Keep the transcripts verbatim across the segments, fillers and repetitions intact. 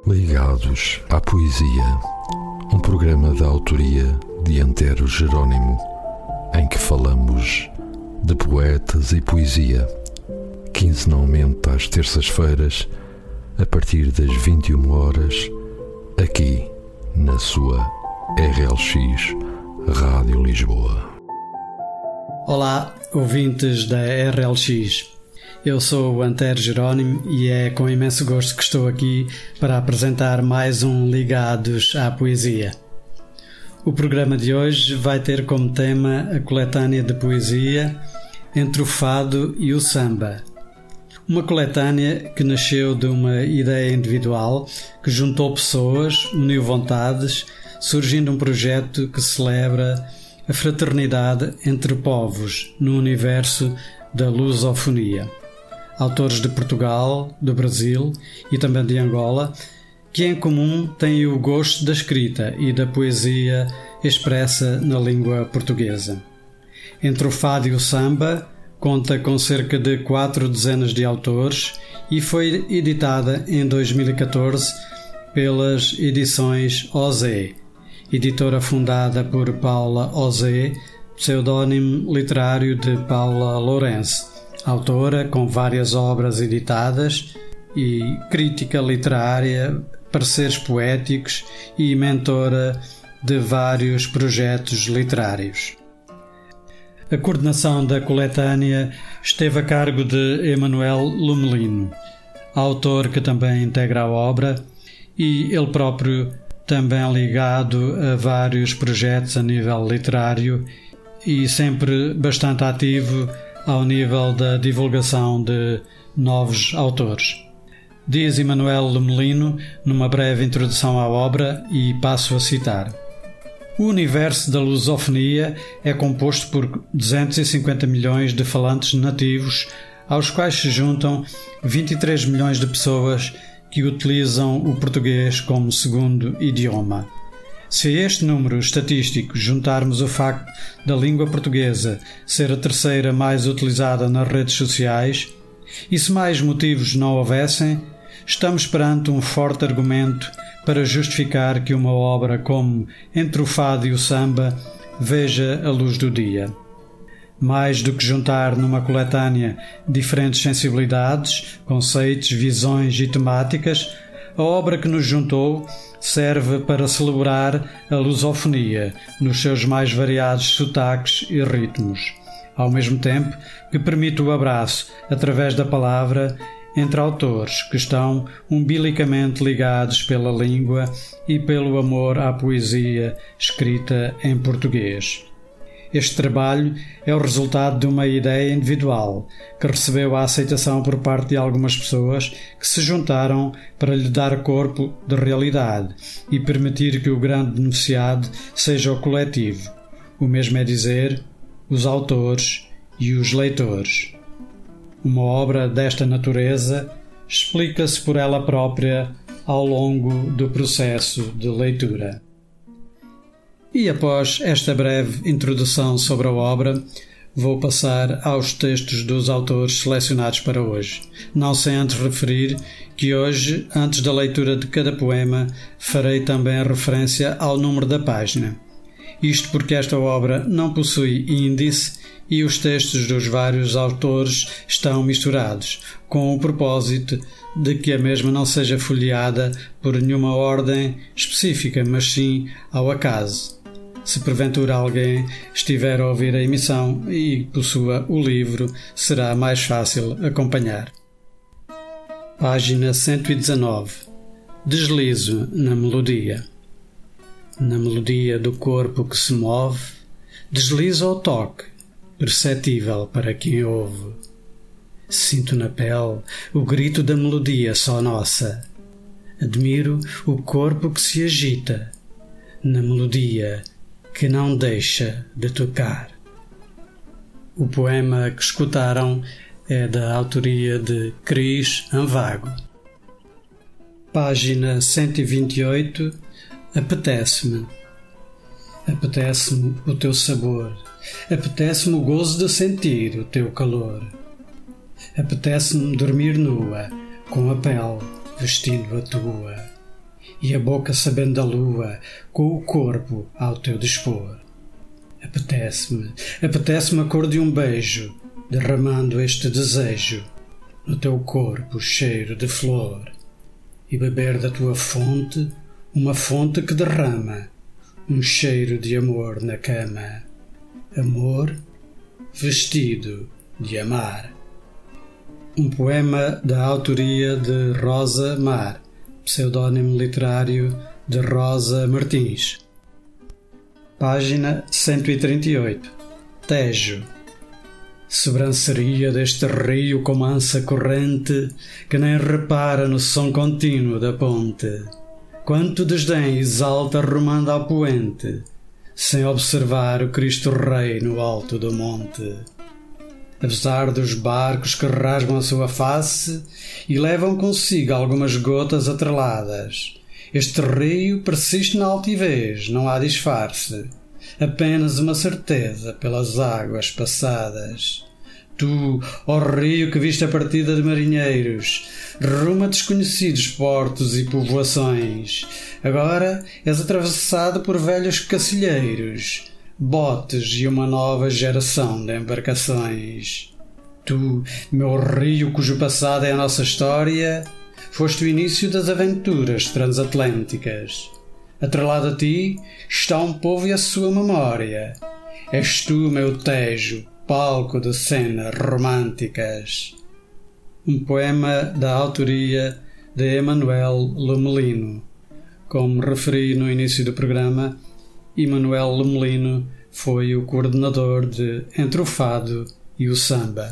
Ligados à Poesia, um programa da autoria de Antero Jerónimo, em que falamos de poetas e poesia, quinzenalmente às terças-feiras, a partir das vinte e uma horas, aqui na sua R L X Rádio Lisboa. Olá, ouvintes da R L X. Eu sou o Antero Jerónimo e é com imenso gosto que estou aqui para apresentar mais um Ligados à Poesia. O programa de hoje vai ter como tema a coletânea de poesia Entre o Fado e o Samba. Uma coletânea que nasceu de uma ideia individual que juntou pessoas, uniu vontades, surgindo um projeto que celebra a fraternidade entre povos no universo da lusofonia. Autores de Portugal, do Brasil e também de Angola, que em comum têm o gosto da escrita e da poesia expressa na língua portuguesa. Entre o Fado e o Samba, conta com cerca de quatro dezenas de autores e foi editada em dois mil e catorze pelas Edições Osé, editora fundada por Paula Osé, pseudónimo literário de Paula Lourenço, autora com várias obras editadas e crítica literária, pareceres poéticos e mentora de vários projetos literários. A coordenação da coletânea esteve a cargo de Emanuel Lumelino, autor que também integra a obra e ele próprio também ligado a vários projetos a nível literário e sempre bastante ativo ao nível da divulgação de novos autores. Diz Emanuel Lumelino numa breve introdução à obra e passo a citar: o universo da lusofonia é composto por duzentos e cinquenta milhões de falantes nativos, aos quais se juntam vinte e três milhões de pessoas que utilizam o português como segundo idioma. Se a este número estatístico juntarmos o facto da língua portuguesa ser a terceira mais utilizada nas redes sociais, e se mais motivos não houvessem, estamos perante um forte argumento para justificar que uma obra como Entre o Fado e o Samba veja a luz do dia. Mais do que juntar numa coletânea diferentes sensibilidades, conceitos, visões e temáticas, a obra que nos juntou serve para celebrar a lusofonia nos seus mais variados sotaques e ritmos, ao mesmo tempo que permite o abraço, através da palavra, entre autores que estão umbilicamente ligados pela língua e pelo amor à poesia escrita em português. Este trabalho é o resultado de uma ideia individual que recebeu a aceitação por parte de algumas pessoas que se juntaram para lhe dar corpo de realidade e permitir que o grande beneficiado seja o coletivo, o mesmo é dizer, os autores e os leitores. Uma obra desta natureza explica-se por ela própria ao longo do processo de leitura. E após esta breve introdução sobre a obra, vou passar aos textos dos autores selecionados para hoje, não sem antes referir que hoje, antes da leitura de cada poema, farei também referência ao número da página. Isto porque esta obra não possui índice e os textos dos vários autores estão misturados, com o propósito de que a mesma não seja folheada por nenhuma ordem específica, mas sim ao acaso. Se porventura alguém estiver a ouvir a emissão e possua o livro, será mais fácil acompanhar. Página cento e dezanove. Deslizo na melodia. Na melodia do corpo que se move, deslizo ao toque, perceptível para quem ouve. Sinto na pele o grito da melodia só nossa. Admiro o corpo que se agita, na melodia que não deixa de tocar. O poema que escutaram é da autoria de Cris Anvago. Página cento e vinte e oito. Apetece-me. Apetece-me o teu sabor. Apetece-me o gozo de sentir o teu calor. Apetece-me dormir nua, com a pele vestindo a tua. e a boca sabendo da lua, com o corpo ao teu dispor. Apetece-me, apetece-me a cor de um beijo, derramando este desejo no teu corpo cheiro de flor, e beber da tua fonte, uma fonte que derrama um cheiro de amor na cama. Amor vestido de amar. Um poema da autoria de Rosa Mar, pseudónimo literário de Rosa Martins. Página cento e trinta e oito. Tejo. Sobranceria deste rio com mansa corrente, que nem repara no som contínuo da ponte. Quanto desdém exalta rumando ao poente, sem observar o Cristo Rei no alto do monte. Apesar dos barcos que rasgam a sua face e levam consigo algumas gotas atreladas, este rio persiste na altivez, não há disfarce, apenas uma certeza pelas águas passadas. Tu, ó rio que viste a partida de marinheiros, rumo a desconhecidos portos e povoações, agora és atravessado por velhos cacilheiros, botes e uma nova geração de embarcações. Tu, meu rio cujo passado é a nossa história, foste o início das aventuras transatlânticas. Atrelado a ti está um povo e a sua memória. És tu, meu Tejo, palco de cenas românticas. Um poema da autoria de Emanuel Lemelino. Como referi no início do programa, Emanuel Lemelino foi o coordenador de Entre o Fado e o Samba.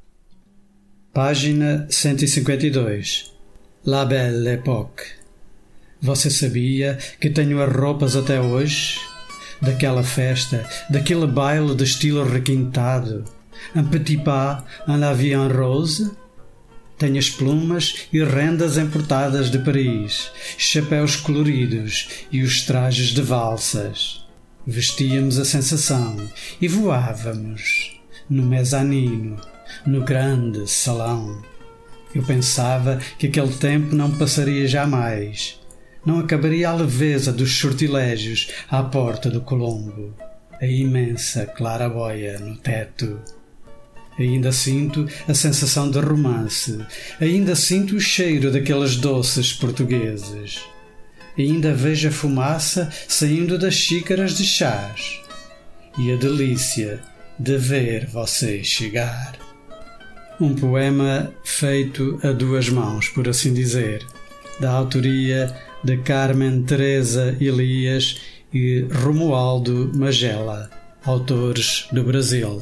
Página cento e cinquenta e dois. La Belle Époque. Você sabia que tenho as roupas até hoje? Daquela festa, daquele baile de estilo requintado, un petit pas en la vie en rose? Tenho as plumas e rendas importadas de Paris, chapéus coloridos e os trajes de valsas. Vestíamos a sensação e voávamos no mezanino, no grande salão. Eu pensava que aquele tempo não passaria jamais. Não acabaria a leveza dos sortilégios à porta do Colombo, a imensa claraboia no teto. Ainda sinto a sensação de romance, ainda sinto o cheiro daqueles doces portugueses. Ainda vejo a fumaça saindo das xícaras de chás e a delícia de ver você chegar. Um poema feito a duas mãos, por assim dizer, da autoria de Carmen Teresa Elias e Romualdo Magela, autores do Brasil.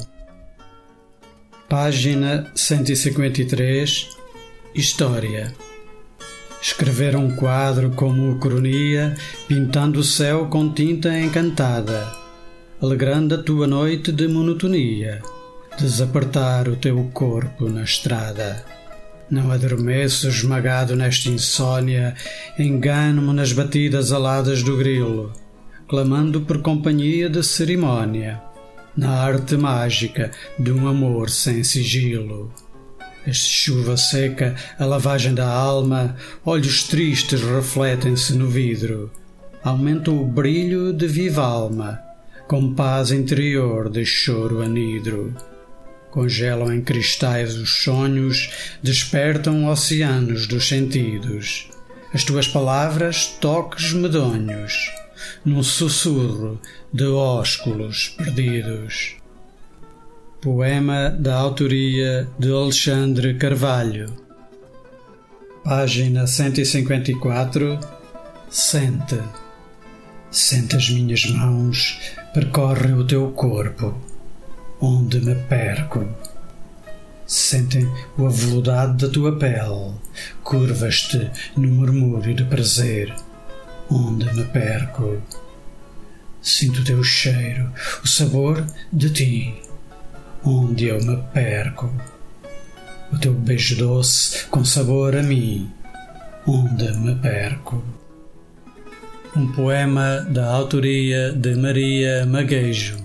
Página cento e cinquenta e três. História. Escrever um quadro como o Cronia, pintando o céu com tinta encantada, alegrando a tua noite de monotonia, desapertar o teu corpo na estrada. Não adormeço esmagado nesta insônia, engano-me nas batidas aladas do grilo, clamando por companhia de cerimónia, na arte mágica de um amor sem sigilo. Esta chuva seca, a lavagem da alma, olhos tristes refletem-se no vidro, aumentam o brilho de viva alma, com paz interior de choro anidro. Congelam em cristais os sonhos, despertam oceanos dos sentidos. As tuas palavras, toques medonhos, num sussurro de ósculos perdidos. Poema da autoria de Alexandre Carvalho. Página cento e cinquenta e quatro. Sente. Sente as minhas mãos, percorre o teu corpo, onde me perco. Sentem o aveludado da tua pele, curvas-te no murmúrio de prazer, onde me perco. Sinto o teu cheiro, o sabor de ti, onde eu me perco. O teu beijo doce com sabor a mim, onde me perco. Um poema da autoria de Maria Maguejo.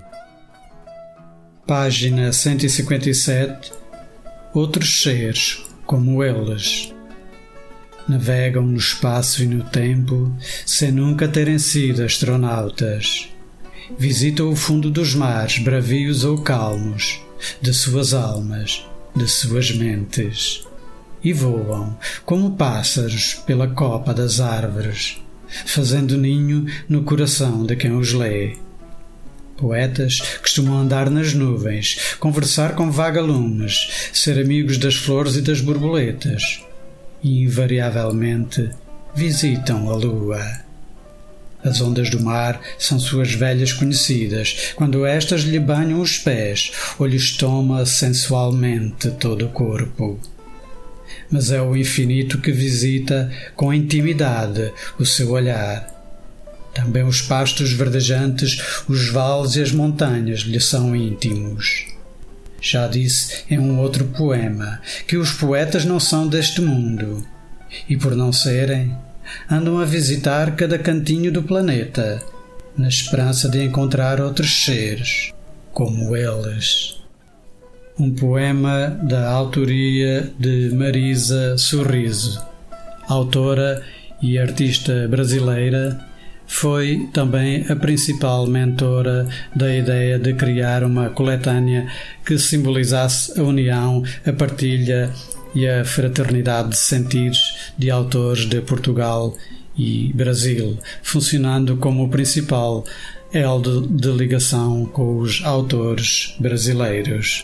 Página cento e cinquenta e sete. Outros seres como eles. navegam no espaço e no tempo sem nunca terem sido astronautas. Visitam o fundo dos mares, bravios ou calmos, de suas almas, de suas mentes. E voam, como pássaros, pela copa das árvores, fazendo ninho no coração de quem os lê. Poetas costumam andar nas nuvens, conversar com vagalumes, ser amigos das flores e das borboletas. E, invariavelmente, visitam a lua. As ondas do mar são suas velhas conhecidas, quando estas lhe banham os pés ou lhes toma sensualmente todo o corpo. Mas é o infinito que visita com intimidade o seu olhar. Também os pastos verdejantes, os vales e as montanhas lhe são íntimos. Já disse em um outro poema que os poetas não são deste mundo, e por não serem, andam a visitar cada cantinho do planeta, na esperança de encontrar outros seres, como eles. Um poema da autoria de Marisa Sorriso, autora e artista brasileira. Foi também a principal mentora da ideia de criar uma coletânea que simbolizasse a união, a partilha e a fraternidade de sentidos de autores de Portugal e Brasil, funcionando como o principal elo de ligação com os autores brasileiros.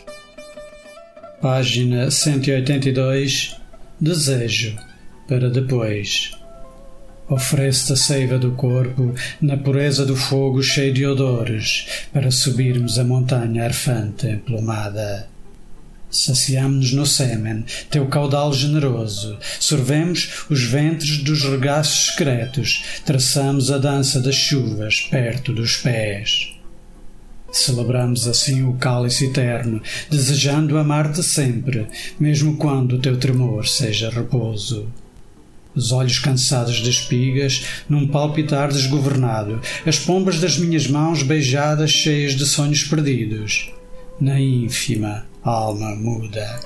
Página cento e oitenta e dois. Desejo para depois. Ofereço-te a seiva do corpo, na pureza do fogo cheio de odores, para subirmos a montanha arfante emplumada. Saciamo-nos no sêmen, teu caudal generoso, sorvemos os ventres dos regaços secretos, traçamos a dança das chuvas perto dos pés. Celebramos assim o cálice eterno, desejando amar-te sempre, mesmo quando o teu tremor seja repouso. Os olhos cansados de espigas, num palpitar desgovernado, as pombas das minhas mãos beijadas cheias de sonhos perdidos, na ínfima alma muda.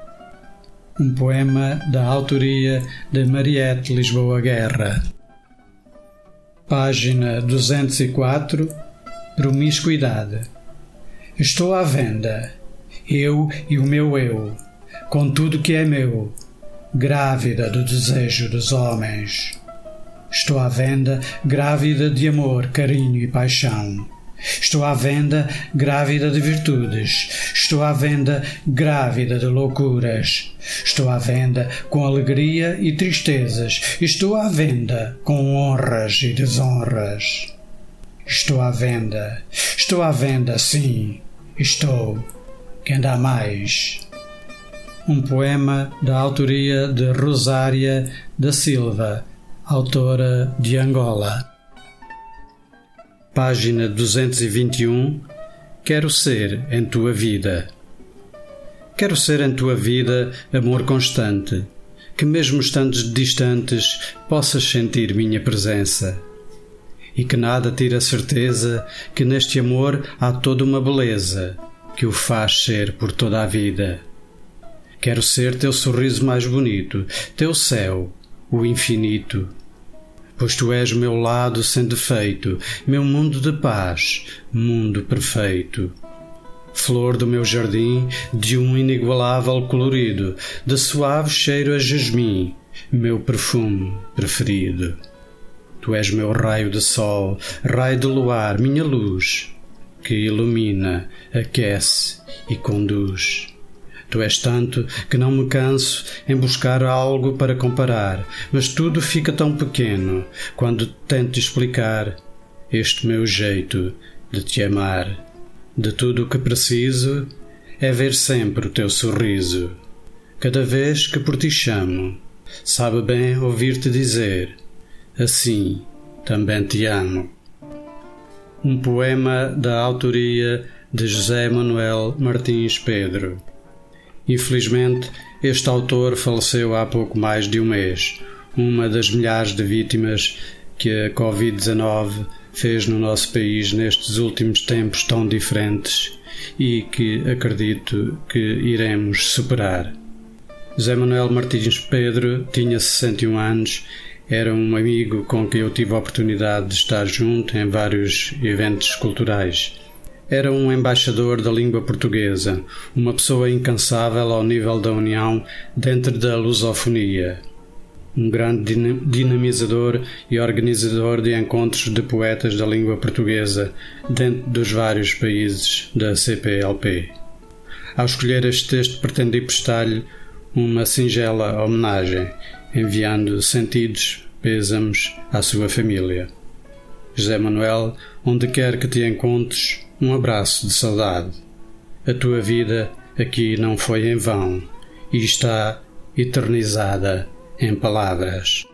Um poema da autoria de Mariette Lisboa Guerra. Página duzentos e quatro. Promiscuidade. Estou à venda, eu e o meu eu, com tudo que é meu, grávida do desejo dos homens. Estou à venda, grávida de amor, carinho e paixão. Estou à venda, grávida de virtudes. Estou à venda, grávida de loucuras. Estou à venda com alegria e tristezas. Estou à venda com honras e desonras. Estou à venda, estou à venda, sim, estou. Quem dá mais? Um poema da autoria de Rosária da Silva, autora de Angola. Página duzentos e vinte e um. Quero ser em tua vida. Quero ser em tua vida amor constante, que mesmo estando distantes possas sentir minha presença. E que nada tire a certeza que neste amor há toda uma beleza que o faz ser por toda a vida. Quero ser teu sorriso mais bonito, teu céu, o infinito. Pois tu és meu lado sem defeito, meu mundo de paz, mundo perfeito. Flor do meu jardim, de um inigualável colorido, de suave cheiro a jasmim, meu perfume preferido. Tu és meu raio de sol, raio de luar, minha luz, que ilumina, aquece e conduz. Tu és tanto que não me canso em buscar algo para comparar, mas tudo fica tão pequeno quando tento explicar este meu jeito de te amar. De tudo o que preciso é ver sempre o teu sorriso. Cada vez que por ti chamo, sabe bem ouvir-te dizer: assim também te amo. Um poema da autoria de José Manuel Martins Pedro. Infelizmente, este autor faleceu há pouco mais de um mês, uma das milhares de vítimas que a covid dezanove fez no nosso país nestes últimos tempos tão diferentes e que acredito que iremos superar. José Manuel Martins Pedro tinha sessenta e um anos, era um amigo com quem eu tive a oportunidade de estar junto em vários eventos culturais. Era um embaixador da língua portuguesa, uma pessoa incansável ao nível da União dentro da lusofonia. Um grande dinamizador e organizador de encontros de poetas da língua portuguesa dentro dos vários países da C P L P. Ao escolher este texto, pretendi prestar-lhe uma singela homenagem, enviando sentidos pêsames à sua família. José Manuel, onde quer que te encontres, um abraço de saudade. A tua vida aqui não foi em vão e está eternizada em palavras.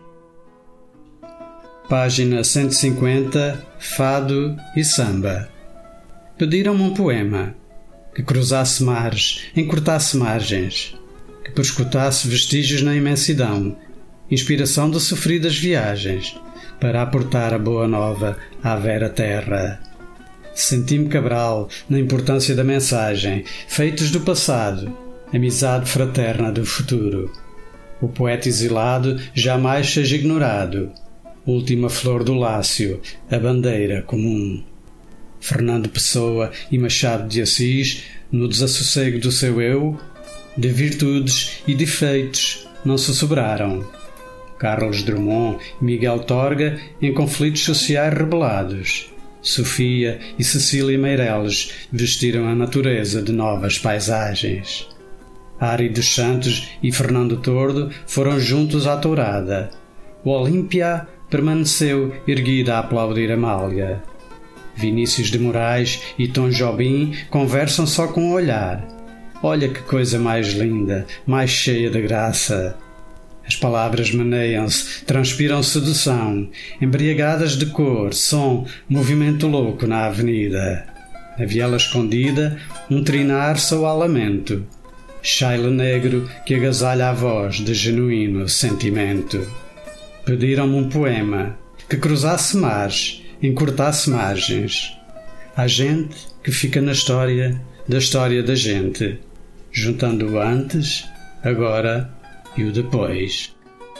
Página cento e cinquenta. Fado e samba. Pediram-me um poema que cruzasse mares, encurtasse margens, que perscrutasse vestígios na imensidão, inspiração de sofridas viagens, para aportar a boa nova à vera terra. Senti-me Cabral na importância da mensagem, feitos do passado, amizade fraterna do futuro. O poeta exilado jamais seja ignorado, última flor do Lácio, a bandeira comum. Fernando Pessoa e Machado de Assis, no desassossego do seu eu, de virtudes e defeitos não se sobraram. Carlos Drummond e Miguel Torga em conflitos sociais rebelados. Sofia e Cecília Meireles vestiram a natureza de novas paisagens. Ari dos Santos e Fernando Tordo foram juntos à tourada. O Olímpia permaneceu erguida a aplaudir Amália. Vinícius de Moraes e Tom Jobim conversam só com o olhar. Olha que coisa mais linda, mais cheia de graça. As palavras maneiam-se, transpiram sedução, embriagadas de cor, som, movimento louco na avenida. Na viela escondida, um trinar soa a lamento. Chaile negro que agasalha a voz de genuíno sentimento. Pediram-me um poema que cruzasse mares, encurtasse margens. Há gente que fica na história da história da gente, juntando o antes, agora e o depois.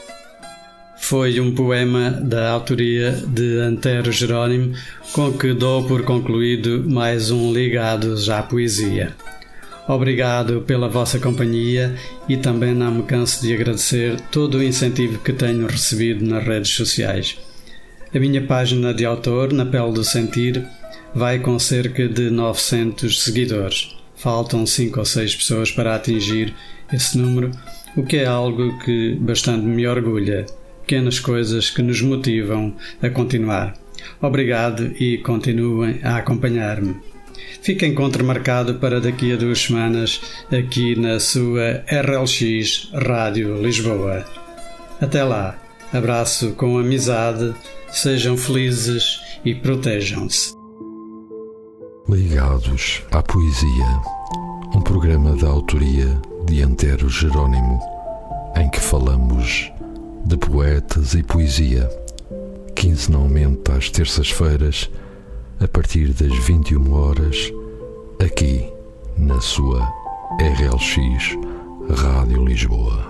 Foi um poema da autoria de Antero Jerónimo, com que dou por concluído mais um Ligados à Poesia. Obrigado pela vossa companhia e também não me canso de agradecer todo o incentivo que tenho recebido nas redes sociais. A minha página de autor, Na Pele do Sentir, vai com cerca de novecentos seguidores. Faltam cinco ou seis pessoas para atingir esse número, o que é algo que bastante me orgulha. Pequenas coisas que nos motivam a continuar. Obrigado e continuem a acompanhar-me. Fica encontro marcado para daqui a duas semanas aqui na sua R L X Rádio Lisboa. Até lá, abraço com amizade, sejam felizes e protejam-se. Ligados à Poesia, um programa da autoria de Antero Jerónimo, em que falamos de poetas e poesia, quinzenalmente às terças-feiras, a partir das vinte e uma horas, aqui na sua R L X Rádio Lisboa.